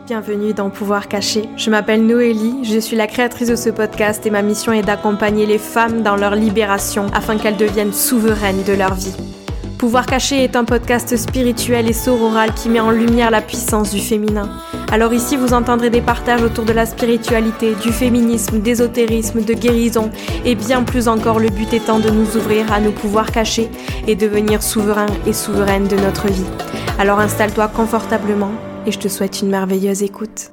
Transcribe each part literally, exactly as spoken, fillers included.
Bienvenue dans Pouvoir caché. Je m'appelle Noélie, je suis la créatrice de ce podcast et ma mission est d'accompagner les femmes dans leur libération afin qu'elles deviennent souveraines de leur vie. Pouvoir caché est un podcast spirituel et sororal qui met en lumière la puissance du féminin. Alors ici, vous entendrez des partages autour de la spiritualité, du féminisme, d'ésotérisme, de guérison et bien plus encore, le but étant de nous ouvrir à nos pouvoirs cachés et devenir souverains et souveraines de notre vie. Alors installe-toi confortablement et je te souhaite une merveilleuse écoute.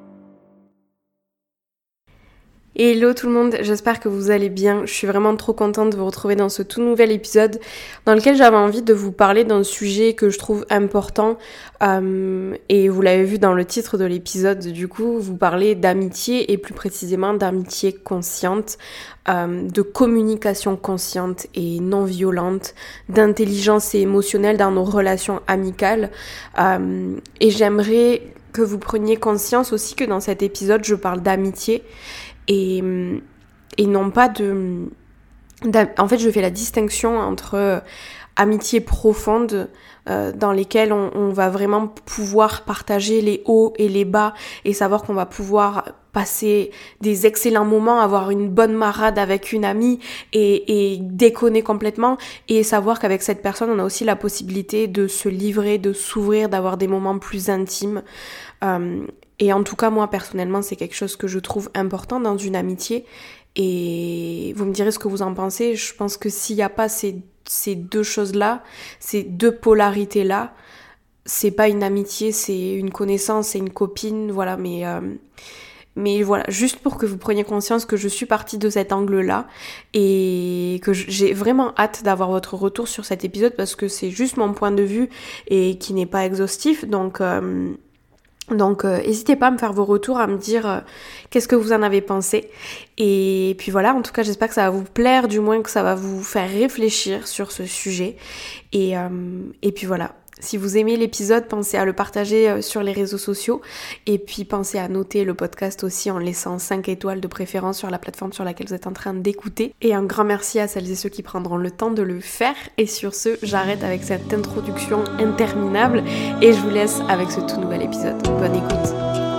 Hello tout le monde, j'espère que vous allez bien. Je suis vraiment trop contente de vous retrouver dans ce tout nouvel épisode dans lequel j'avais envie de vous parler d'un sujet que je trouve important euh, et vous l'avez vu dans le titre de l'épisode, du coup, vous parlez d'amitié et plus précisément d'amitié consciente, euh, de communication consciente et non violente, d'intelligence et émotionnelle dans nos relations amicales euh, et j'aimerais que vous preniez conscience aussi que dans cet épisode, je parle d'amitié et, et non pas de... En fait, je fais la distinction entre euh, amitié profonde euh, dans lesquelles on, on va vraiment pouvoir partager les hauts et les bas et savoir qu'on va pouvoir passer des excellents moments, avoir une bonne marade avec une amie et, et déconner complètement et savoir qu'avec cette personne, on a aussi la possibilité de se livrer, de s'ouvrir, d'avoir des moments plus intimes. Euh, et en tout cas, moi, personnellement, c'est quelque chose que je trouve important dans une amitié. Et vous me direz ce que vous en pensez. Je pense que s'il n'y a pas ces, ces deux choses-là, ces deux polarités-là, c'est pas une amitié, c'est une connaissance, c'est une copine, voilà, mais... Euh, Mais voilà, juste pour que vous preniez conscience que je suis partie de cet angle-là et que j'ai vraiment hâte d'avoir votre retour sur cet épisode parce que c'est juste mon point de vue et qui n'est pas exhaustif. Donc, euh, donc euh, n'hésitez pas à me faire vos retours, à me dire euh, qu'est-ce que vous en avez pensé. Et puis voilà, en tout cas, j'espère que ça va vous plaire, du moins que ça va vous faire réfléchir sur ce sujet. Et, euh, et puis voilà. Si vous aimez l'épisode, pensez à le partager sur les réseaux sociaux et puis pensez à noter le podcast aussi en laissant cinq étoiles de préférence sur la plateforme sur laquelle vous êtes en train d'écouter. Et un grand merci à celles et ceux qui prendront le temps de le faire. Et sur ce, j'arrête avec cette introduction interminable et je vous laisse avec ce tout nouvel épisode. Bonne écoute.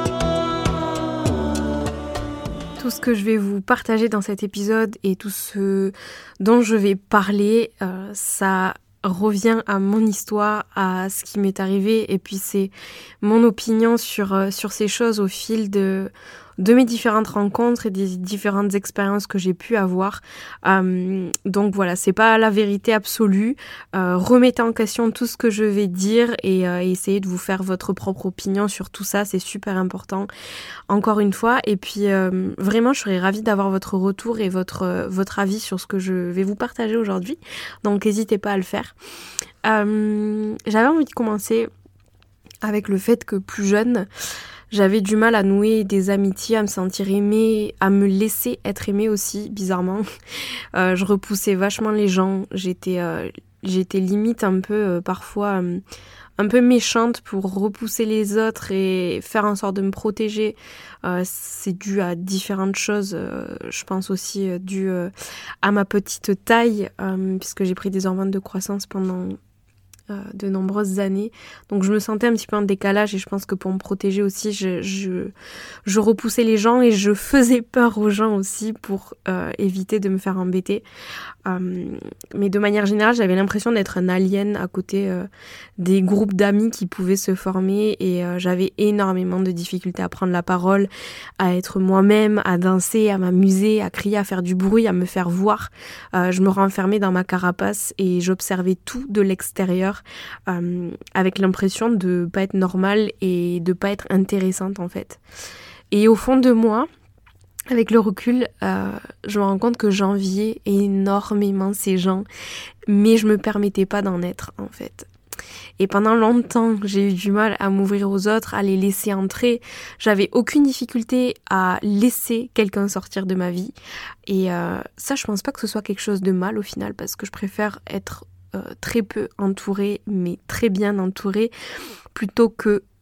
Tout ce que je vais vous partager dans cet épisode et tout ce dont je vais parler, euh, ça revient à mon histoire, à ce qui m'est arrivé et puis c'est mon opinion sur, euh, sur ces choses au fil de, de mes différentes rencontres et des différentes expériences que j'ai pu avoir. Euh, donc voilà, c'est pas la vérité absolue. Euh, remettez en question tout ce que je vais dire et euh, essayez de vous faire votre propre opinion sur tout ça, c'est super important. Encore une fois, et puis euh, vraiment je serais ravie d'avoir votre retour et votre, euh, votre avis sur ce que je vais vous partager aujourd'hui, donc n'hésitez pas à le faire. Euh, j'avais envie de commencer avec le fait que plus jeune, j'avais du mal à nouer des amitiés, à me sentir aimée, à me laisser être aimée aussi, bizarrement. Euh, je repoussais vachement les gens, j'étais, euh, j'étais limite un peu euh, parfois... Euh, un peu méchante pour repousser les autres et faire en sorte de me protéger. Euh, c'est dû à différentes choses. Euh, je pense aussi euh, dû euh, à ma petite taille, euh, puisque j'ai pris des hormones de croissance pendant euh, de nombreuses années. Donc je me sentais un petit peu en décalage et je pense que pour me protéger aussi, je, je, je repoussais les gens et je faisais peur aux gens aussi pour euh, éviter de me faire embêter. Euh, mais de manière générale, j'avais l'impression d'être un alien à côté euh, des groupes d'amis qui pouvaient se former et euh, j'avais énormément de difficultés à prendre la parole, à être moi-même, à danser, à m'amuser, à crier, à faire du bruit, à me faire voir. Euh, je me renfermais dans ma carapace et j'observais tout de l'extérieur euh, avec l'impression de pas être normale et de pas être intéressante en fait. Et au fond de moi, avec le recul, euh, je me rends compte que j'enviais énormément ces gens, mais je me permettais pas d'en être en fait. Et pendant longtemps, j'ai eu du mal à m'ouvrir aux autres, à les laisser entrer. J'avais aucune difficulté à laisser quelqu'un sortir de ma vie. Et euh, ça, je pense pas que ce soit quelque chose de mal au final, parce que je préfère être euh, très peu entourée, mais très bien entourée, plutôt que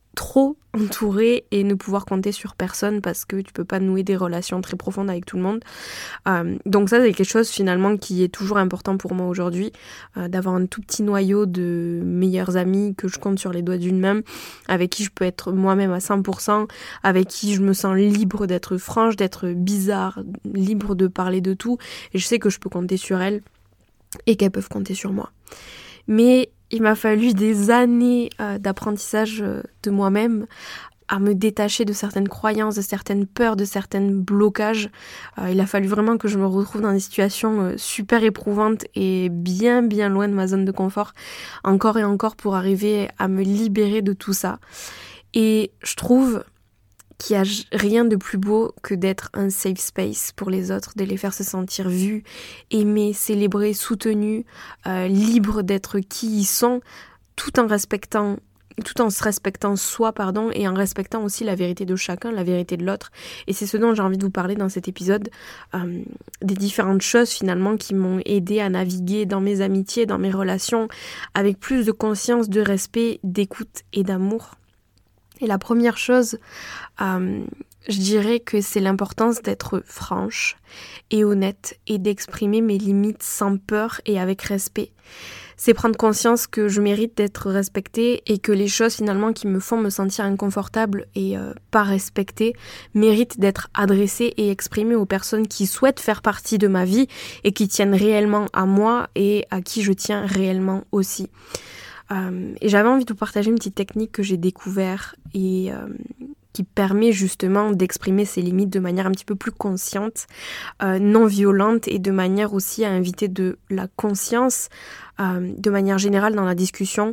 trop entouré et ne pouvoir compter sur personne parce que tu peux pas nouer des relations très profondes avec tout le monde. Euh, donc ça, c'est quelque chose finalement qui est toujours important pour moi aujourd'hui, euh, d'avoir un tout petit noyau de meilleurs amis que je compte sur les doigts d'une main, avec qui je peux être moi-même à cent pour cent, avec qui je me sens libre d'être franche, d'être bizarre, libre de parler de tout, et je sais que je peux compter sur elles et qu'elles peuvent compter sur moi. Mais il m'a fallu des années euh, d'apprentissage euh, de moi-même à me détacher de certaines croyances, de certaines peurs, de certains blocages. Euh, il a fallu vraiment que je me retrouve dans des situations euh, super éprouvantes et bien bien loin de ma zone de confort, encore et encore, pour arriver à me libérer de tout ça. Et je trouve qu'il n'y a rien de plus beau que d'être un safe space pour les autres, de les faire se sentir vus, aimés, célébrés, soutenus, euh, libres d'être qui ils sont, tout en respectant, tout en se respectant soi, pardon, et en respectant aussi la vérité de chacun, la vérité de l'autre. Et c'est ce dont j'ai envie de vous parler dans cet épisode, euh, des différentes choses finalement qui m'ont aidé à naviguer dans mes amitiés, dans mes relations, avec plus de conscience, de respect, d'écoute et d'amour. Et la première chose, euh, je dirais que c'est l'importance d'être franche et honnête et d'exprimer mes limites sans peur et avec respect. C'est prendre conscience que je mérite d'être respectée et que les choses finalement qui me font me sentir inconfortable et euh, pas respectée méritent d'être adressées et exprimées aux personnes qui souhaitent faire partie de ma vie et qui tiennent réellement à moi et à qui je tiens réellement aussi. Euh, et j'avais envie de vous partager une petite technique que j'ai découverte et euh, qui permet justement d'exprimer ses limites de manière un petit peu plus consciente, euh, non violente, et de manière aussi à inviter de la conscience euh, de manière générale dans la discussion.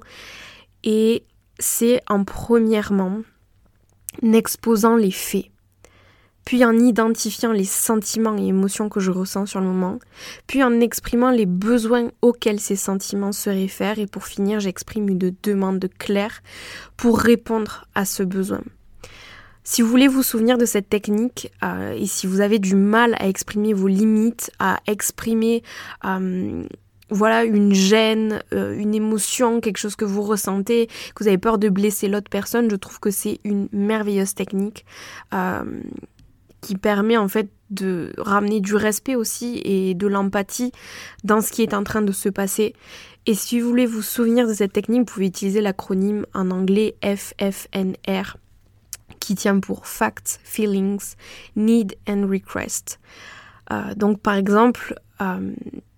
Et c'est en premièrement en exposant les faits, puis en identifiant les sentiments et émotions que je ressens sur le moment, puis en exprimant les besoins auxquels ces sentiments se réfèrent, et pour finir, j'exprime une demande claire pour répondre à ce besoin. Si vous voulez vous souvenir de cette technique, euh, et si vous avez du mal à exprimer vos limites, à exprimer euh, voilà, une gêne, euh, une émotion, quelque chose que vous ressentez, que vous avez peur de blesser l'autre personne, je trouve que c'est une merveilleuse technique. Euh, qui permet en fait de ramener du respect aussi et de l'empathie dans ce qui est en train de se passer. Et si vous voulez vous souvenir de cette technique, vous pouvez utiliser l'acronyme en anglais F F N R, qui tient pour Facts, Feelings, Need and Request. Euh, donc par exemple, euh,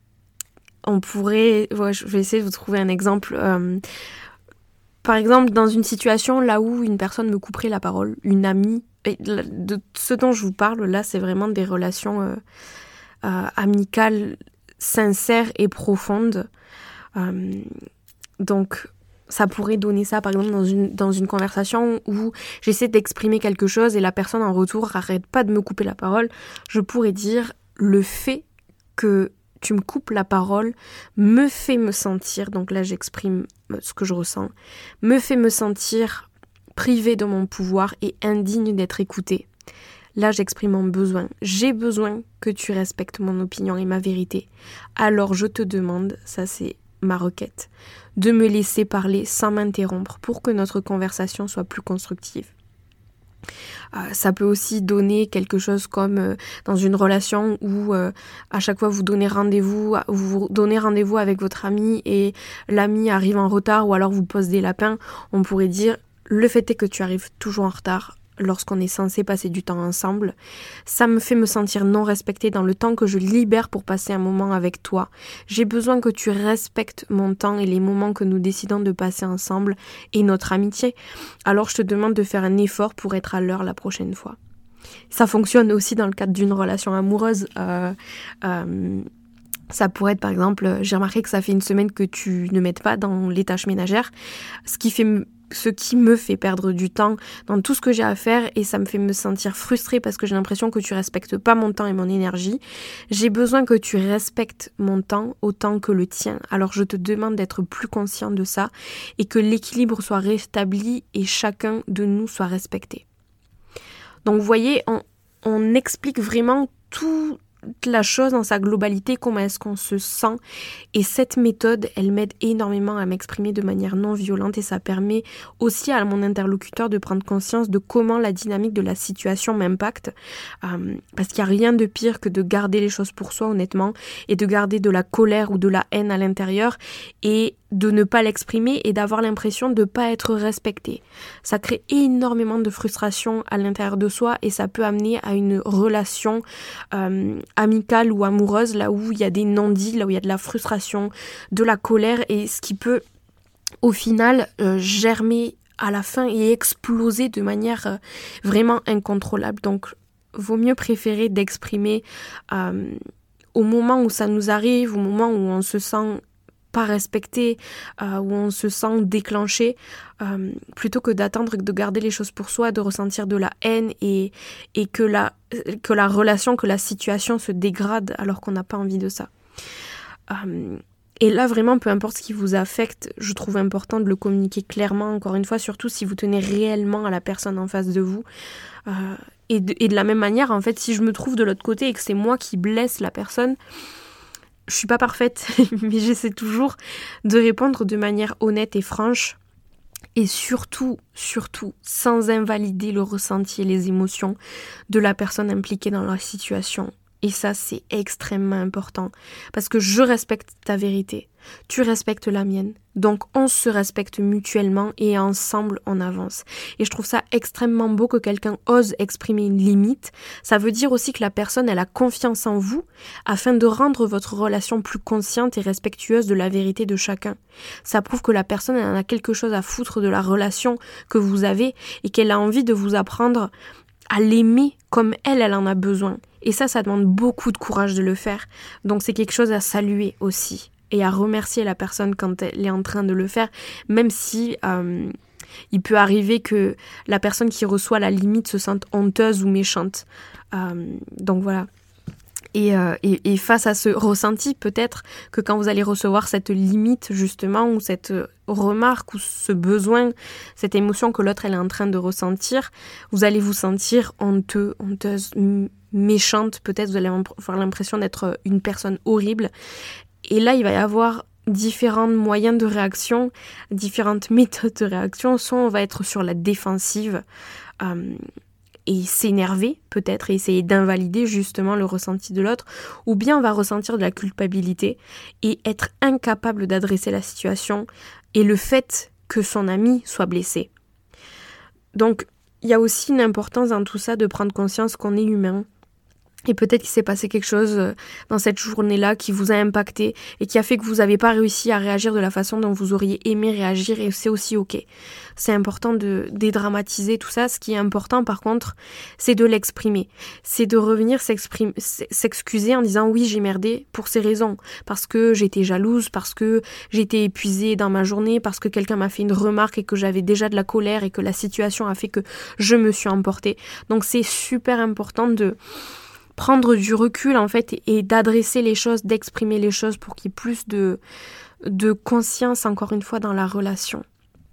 on pourrait... Ouais, je vais essayer de vous trouver un exemple... Euh, Par exemple, dans une situation là où une personne me couperait la parole, une amie, et de ce dont je vous parle là, c'est vraiment des relations euh, euh, amicales, sincères et profondes. Euh, donc, ça pourrait donner ça, par exemple, dans une, dans une conversation où j'essaie d'exprimer quelque chose et la personne en retour n'arrête pas de me couper la parole. Je pourrais dire le fait que tu me coupes la parole me fait me sentir, donc là j'exprime ce que je ressens, me fait me sentir privée de mon pouvoir et indigne d'être écoutée. Là j'exprime mon besoin. J'ai besoin que tu respectes mon opinion et ma vérité. Alors je te demande, ça c'est ma requête, de me laisser parler sans m'interrompre pour que notre conversation soit plus constructive. Euh, ça peut aussi donner quelque chose comme euh, dans une relation où euh, à chaque fois vous donnez rendez-vous, vous donnez rendez-vous avec votre ami et l'ami arrive en retard ou alors vous pose des lapins, on pourrait dire le fait est que tu arrives toujours en retard lorsqu'on est censé passer du temps ensemble. Ça me fait me sentir non respectée dans le temps que je libère pour passer un moment avec toi. J'ai besoin que tu respectes mon temps et les moments que nous décidons de passer ensemble et notre amitié. Alors je te demande de faire un effort pour être à l'heure la prochaine fois. Ça fonctionne aussi dans le cadre d'une relation amoureuse. Euh, euh, ça pourrait être par exemple, j'ai remarqué que ça fait une semaine que tu ne m'aides pas dans les tâches ménagères, ce qui fait... ce qui me fait perdre du temps dans tout ce que j'ai à faire et ça me fait me sentir frustrée parce que j'ai l'impression que tu respectes pas mon temps et mon énergie. J'ai besoin que tu respectes mon temps autant que le tien. Alors je te demande d'être plus conscient de ça et que l'équilibre soit rétabli et chacun de nous soit respecté. Donc vous voyez, on, on explique vraiment tout la chose dans sa globalité, comment est-ce qu'on se sent. Et cette méthode, elle m'aide énormément à m'exprimer de manière non violente et ça permet aussi à mon interlocuteur de prendre conscience de comment la dynamique de la situation m'impacte. Euh, parce qu'il n'y a rien de pire que de garder les choses pour soi, honnêtement, et de garder de la colère ou de la haine à l'intérieur et de ne pas l'exprimer et d'avoir l'impression de ne pas être respecté. Ça crée énormément de frustration à l'intérieur de soi et ça peut amener à une relation euh, amicale ou amoureuse, là où il y a des non-dits, là où il y a de la frustration, de la colère et ce qui peut au final euh, germer à la fin et exploser de manière euh, vraiment incontrôlable. Donc, vaut mieux préférer d'exprimer euh, au moment où ça nous arrive, au moment où on se sent pas respecté, euh, où on se sent déclenché, euh, plutôt que d'attendre de garder les choses pour soi, de ressentir de la haine et, et que, la, que la relation, que la situation se dégrade alors qu'on n'a pas envie de ça. Euh, et là, vraiment, peu importe ce qui vous affecte, je trouve important de le communiquer clairement, encore une fois, surtout si vous tenez réellement à la personne en face de vous. Euh, et, de, et de la même manière, en fait, si je me trouve de l'autre côté et que c'est moi qui blesse la personne, je suis pas parfaite, mais j'essaie toujours de répondre de manière honnête et franche et surtout, surtout, sans invalider le ressenti et les émotions de la personne impliquée dans la situation. Et ça, c'est extrêmement important parce que je respecte ta vérité, tu respectes la mienne. Donc, on se respecte mutuellement et ensemble, on avance. Et je trouve ça extrêmement beau que quelqu'un ose exprimer une limite. Ça veut dire aussi que la personne, elle a confiance en vous afin de rendre votre relation plus consciente et respectueuse de la vérité de chacun. Ça prouve que la personne, elle en a quelque chose à foutre de la relation que vous avez et qu'elle a envie de vous apprendre à l'aimer comme elle, elle en a besoin. Et ça, ça demande beaucoup de courage de le faire. Donc c'est quelque chose à saluer aussi. Et à remercier la personne quand elle est en train de le faire, même si euh, il peut arriver que la personne qui reçoit la limite se sente honteuse ou méchante. Euh, donc voilà. Et, euh, et, et face à ce ressenti, peut-être que quand vous allez recevoir cette limite justement, ou cette remarque, ou ce besoin, cette émotion que l'autre elle est en train de ressentir, vous allez vous sentir honteux, honteuse, m- méchante, peut-être vous allez avoir l'impression d'être une personne horrible. Et là, il va y avoir différents moyens de réaction, différentes méthodes de réaction. Soit on va être sur la défensive, euh, et s'énerver peut-être et essayer d'invalider justement le ressenti de l'autre, ou bien on va ressentir de la culpabilité et être incapable d'adresser la situation et le fait que son ami soit blessé. Donc il y a aussi une importance dans tout ça de prendre conscience qu'on est humain. Et peut-être qu'il s'est passé quelque chose dans cette journée-là qui vous a impacté et qui a fait que vous n'avez pas réussi à réagir de la façon dont vous auriez aimé réagir et c'est aussi ok. C'est important de dédramatiser tout ça. Ce qui est important par contre, c'est de l'exprimer. C'est de revenir s'exprimer, s'excuser en disant oui j'ai merdé pour ces raisons. Parce que j'étais jalouse, parce que j'étais épuisée dans ma journée, parce que quelqu'un m'a fait une remarque et que j'avais déjà de la colère et que la situation a fait que je me suis emportée. Donc c'est super important de prendre du recul en fait et, et d'adresser les choses, d'exprimer les choses pour qu'il y ait plus de, de conscience encore une fois dans la relation.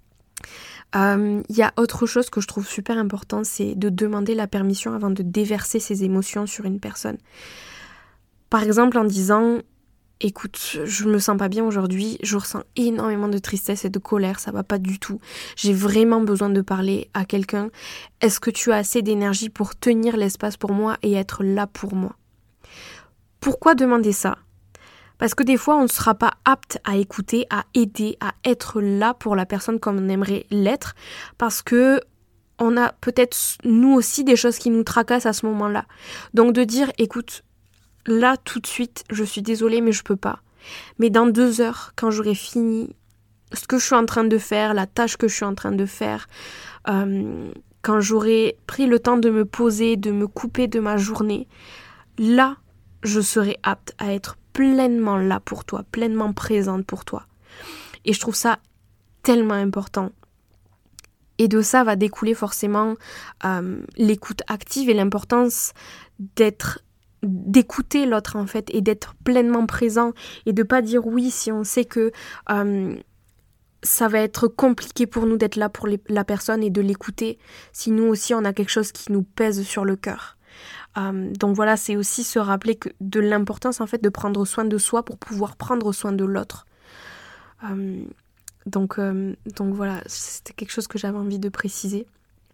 Il euh, y a autre chose que je trouve super important, c'est de demander la permission avant de déverser ses émotions sur une personne. Par exemple en disant « Écoute, je me sens pas bien aujourd'hui, je ressens énormément de tristesse et de colère, ça va pas du tout. J'ai vraiment besoin de parler à quelqu'un. Est-ce que tu as assez d'énergie pour tenir l'espace pour moi et être là pour moi ?» Pourquoi demander ça ? Parce que des fois, on ne sera pas apte à écouter, à aider, à être là pour la personne comme on aimerait l'être, parce que on a peut-être nous aussi des choses qui nous tracassent à ce moment-là. Donc de dire « Écoute, là, tout de suite, je suis désolée, mais je peux pas. Mais dans deux heures, quand j'aurai fini ce que je suis en train de faire, la tâche que je suis en train de faire, euh, quand j'aurai pris le temps de me poser, de me couper de ma journée, là, je serai apte à être pleinement là pour toi, pleinement présente pour toi. » Et je trouve ça tellement important. Et de ça va découler forcément euh, l'écoute active et l'importance d'être d'écouter l'autre en fait et d'être pleinement présent et de pas dire oui si on sait que euh, ça va être compliqué pour nous d'être là pour les, la personne et de l'écouter si nous aussi on a quelque chose qui nous pèse sur le cœur. Euh, donc voilà, c'est aussi se rappeler que de l'importance en fait de prendre soin de soi pour pouvoir prendre soin de l'autre. Euh, donc, euh, donc voilà, c'était quelque chose que j'avais envie de préciser.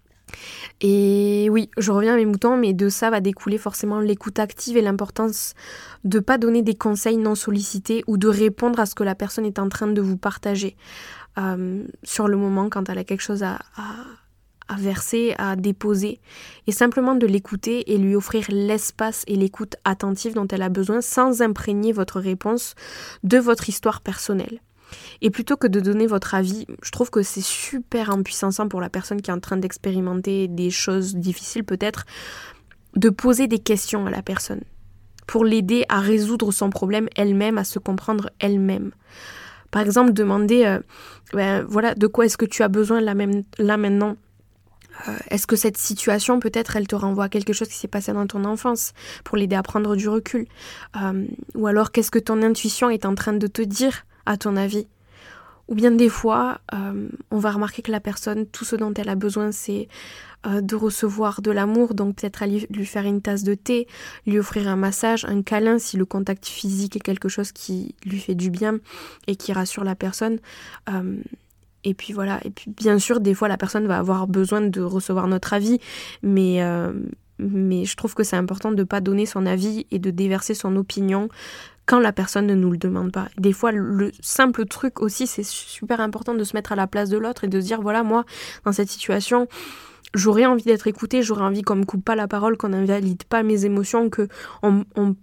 Et oui, je reviens à mes moutons, mais de ça va découler forcément l'écoute active et l'importance de ne pas donner des conseils non sollicités ou de répondre à ce que la personne est en train de vous partager euh, sur le moment quand elle a quelque chose à, à, à verser, à déposer. Et simplement de l'écouter et lui offrir l'espace et l'écoute attentive dont elle a besoin sans imprégner votre réponse de votre histoire personnelle. Et plutôt que de donner votre avis, je trouve que c'est super impuissant pour la personne qui est en train d'expérimenter des choses difficiles peut-être, de poser des questions à la personne pour l'aider à résoudre son problème elle-même, à se comprendre elle-même. Par exemple, demander euh, ben, voilà, de quoi est-ce que tu as besoin là, même, là maintenant ? Euh, est-ce que cette situation, peut-être, elle te renvoie à quelque chose qui s'est passé dans ton enfance pour l'aider à prendre du recul ? euh, Ou alors, qu'est-ce que ton intuition est en train de te dire, à ton avis ? Ou bien des fois, euh, on va remarquer que la personne, tout ce dont elle a besoin, c'est euh, de recevoir de l'amour, donc peut-être aller lui faire une tasse de thé, lui offrir un massage, un câlin, si le contact physique est quelque chose qui lui fait du bien et qui rassure la personne. Euh, Et puis voilà, et puis bien sûr, des fois, la personne va avoir besoin de recevoir notre avis, mais, euh, mais je trouve que c'est important de ne pas donner son avis et de déverser son opinion quand la personne ne nous le demande pas. Des fois, le simple truc aussi, c'est super important de se mettre à la place de l'autre et de se dire, voilà, moi, dans cette situation, j'aurais envie d'être écoutée, j'aurais envie qu'on me coupe pas la parole, qu'on n'invalide pas mes émotions, qu'on on, on,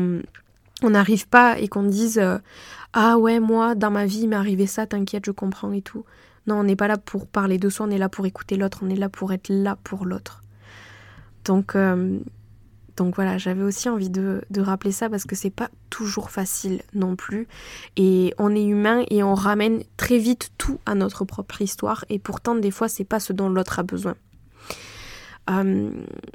on n'arrive pas et qu'on dise euh, ah ouais, moi, dans ma vie, il m'est arrivé ça, t'inquiète, je comprends et tout. Non, on n'est pas là pour parler de soi, on est là pour écouter l'autre, on est là pour être là pour l'autre. Donc, euh, donc voilà, j'avais aussi envie de, de rappeler ça parce que c'est pas toujours facile non plus. Et on est humain et on ramène très vite tout à notre propre histoire. Et pourtant, des fois, c'est pas ce dont l'autre a besoin. Euh,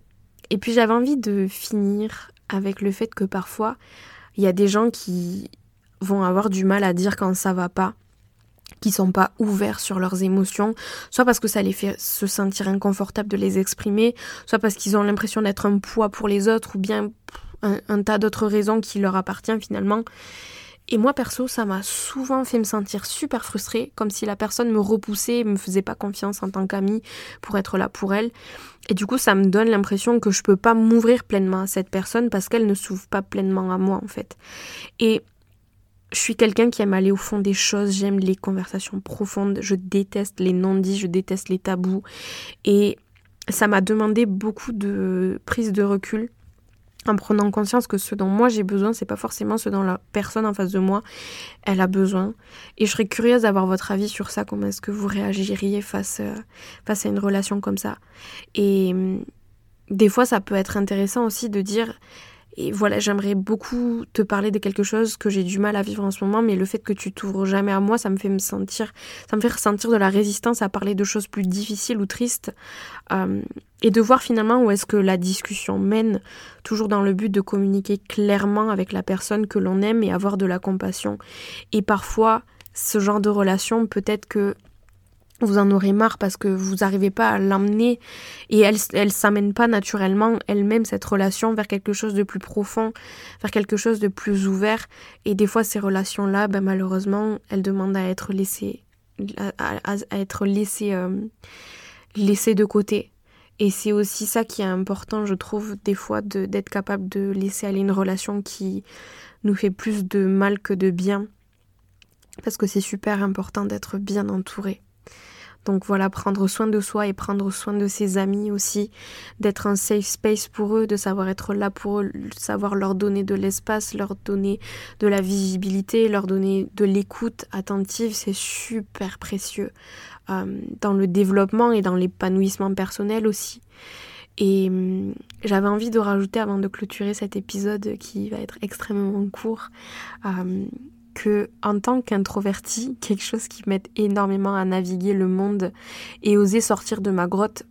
et puis, j'avais envie de finir avec le fait que parfois, il y a des gens qui vont avoir du mal à dire quand ça va pas, qui sont pas ouverts sur leurs émotions, soit parce que ça les fait se sentir inconfortable de les exprimer, soit parce qu'ils ont l'impression d'être un poids pour les autres, ou bien un, un tas d'autres raisons qui leur appartiennent finalement. Et moi perso, ça m'a souvent fait me sentir super frustrée, comme si la personne me repoussait et me faisait pas confiance en tant qu'amie pour être là pour elle. Et du coup, ça me donne l'impression que je peux pas m'ouvrir pleinement à cette personne parce qu'elle ne s'ouvre pas pleinement à moi en fait. Et je suis quelqu'un qui aime aller au fond des choses, j'aime les conversations profondes, je déteste les non-dits, je déteste les tabous. Et ça m'a demandé beaucoup de prise de recul en prenant conscience que ce dont moi j'ai besoin, c'est pas forcément ce dont la personne en face de moi, elle a besoin. Et je serais curieuse d'avoir votre avis sur ça, comment est-ce que vous réagiriez face, euh, face à une relation comme ça. Et euh, des fois, ça peut être intéressant aussi de dire... Et voilà, j'aimerais beaucoup te parler de quelque chose que j'ai du mal à vivre en ce moment, mais le fait que tu t'ouvres jamais à moi, ça me fait me sentir, ça me fait ressentir de la résistance à parler de choses plus difficiles ou tristes, euh, et de voir finalement où est-ce que la discussion mène, toujours dans le but de communiquer clairement avec la personne que l'on aime et avoir de la compassion. Et parfois, ce genre de relation, peut-être que vous en aurez marre parce que vous n'arrivez pas à l'emmener et elle elle s'amène pas naturellement elle-même cette relation vers quelque chose de plus profond, vers quelque chose de plus ouvert. Et des fois ces relations-là, ben malheureusement, elles demandent à être laissées, à, à, à être laissées, euh, laissées de côté. Et c'est aussi ça qui est important, je trouve, des fois, de, d'être capable de laisser aller une relation qui nous fait plus de mal que de bien. Parce que c'est super important d'être bien entouré. Donc voilà, prendre soin de soi et prendre soin de ses amis aussi, d'être un safe space pour eux, de savoir être là pour eux, savoir leur donner de l'espace, leur donner de la visibilité, leur donner de l'écoute attentive, c'est super précieux euh, dans le développement et dans l'épanouissement personnel aussi. Et euh, j'avais envie de rajouter avant de clôturer cet épisode qui va être extrêmement court, euh, que en tant qu'introvertie, quelque chose qui m'aide énormément à naviguer le monde et oser sortir de ma grotte,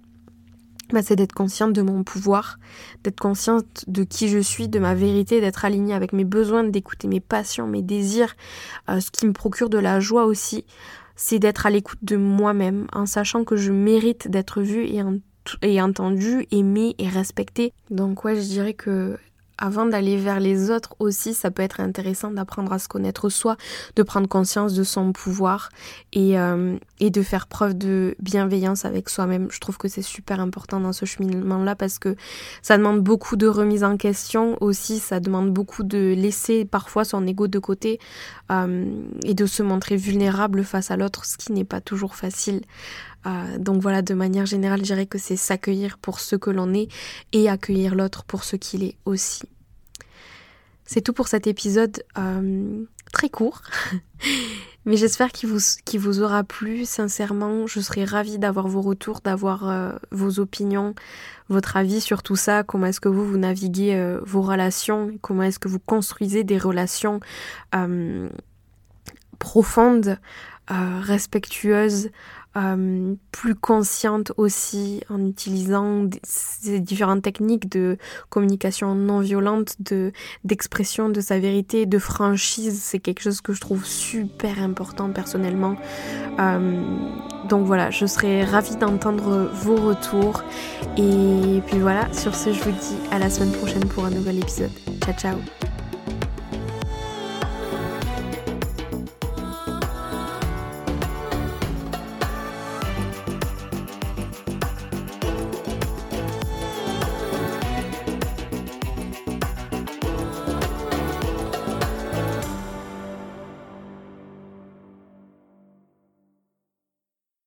bah c'est d'être consciente de mon pouvoir, d'être consciente de qui je suis, de ma vérité, d'être alignée avec mes besoins, d'écouter mes passions, mes désirs, euh, ce qui me procure de la joie aussi, c'est d'être à l'écoute de moi-même, en sachant que je mérite d'être vue et en et entendu, aimé et respecté. Donc ouais, je dirais que avant d'aller vers les autres aussi, ça peut être intéressant d'apprendre à se connaître soi, de prendre conscience de son pouvoir et, euh, et de faire preuve de bienveillance avec soi-même. Je trouve que c'est super important dans ce cheminement-là parce que ça demande beaucoup de remise en question aussi, ça demande beaucoup de laisser parfois son ego de côté euh, et de se montrer vulnérable face à l'autre, ce qui n'est pas toujours facile. Euh, donc voilà, de manière générale, je dirais que c'est s'accueillir pour ce que l'on est et accueillir l'autre pour ce qu'il est aussi. C'est tout pour cet épisode euh, très court, mais j'espère qu'il vous, qu'il vous aura plu. Sincèrement, je serais ravie d'avoir vos retours, d'avoir euh, vos opinions, votre avis sur tout ça. Comment est-ce que vous, vous naviguez euh, vos relations? Comment est-ce que vous construisez des relations euh, profondes, euh, respectueuses, Euh, plus consciente aussi en utilisant des, ces différentes techniques de communication non violente, de, d'expression de sa vérité, de franchise. C'est quelque chose que je trouve super important personnellement. Euh, donc voilà, je serais ravie d'entendre vos retours. Et puis voilà, sur ce, je vous dis à la semaine prochaine pour un nouvel épisode. Ciao, ciao!